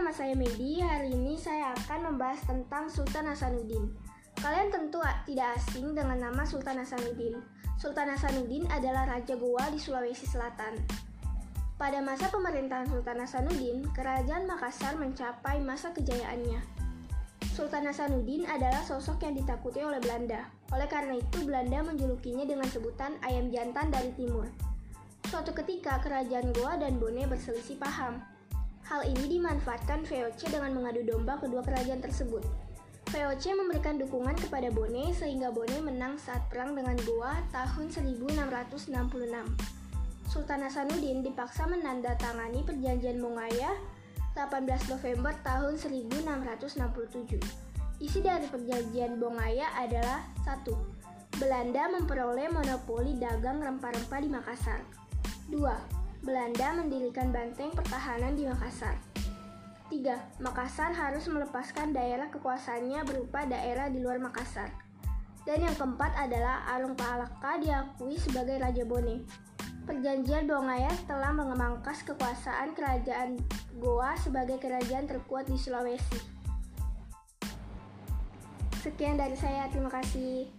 nama saya Medi. Hari ini saya akan membahas tentang Sultan Hasanuddin. Kalian tentu tidak asing dengan nama Sultan Hasanuddin. Sultan Hasanuddin adalah Raja Goa di Sulawesi Selatan. Pada masa pemerintahan Sultan Hasanuddin, Kerajaan Makassar mencapai masa kejayaannya. Sultan Hasanuddin adalah sosok yang ditakuti oleh Belanda. Oleh karena itu, Belanda menjulukinya dengan sebutan ayam jantan dari timur. Suatu ketika, Kerajaan Goa dan Bone berselisih paham. Hal ini dimanfaatkan VOC dengan mengadu domba kedua kerajaan tersebut. VOC memberikan dukungan kepada Bone sehingga Bone menang saat perang dengan Goa tahun 1666. Sultan Hasanuddin dipaksa menandatangani Perjanjian Bongaya 18 November tahun 1667. Isi dari Perjanjian Bongaya adalah 1. Belanda memperoleh monopoli dagang rempah-rempah di Makassar. 2. Belanda mendirikan benteng pertahanan di Makassar. 3. Makassar harus melepaskan daerah kekuasaannya berupa daerah di luar Makassar. Dan yang keempat adalah Alung Palaka diakui sebagai Raja Bone. Perjanjian Bongaya telah memangkas kekuasaan Kerajaan Goa sebagai kerajaan terkuat di Sulawesi. Sekian dari saya, terima kasih.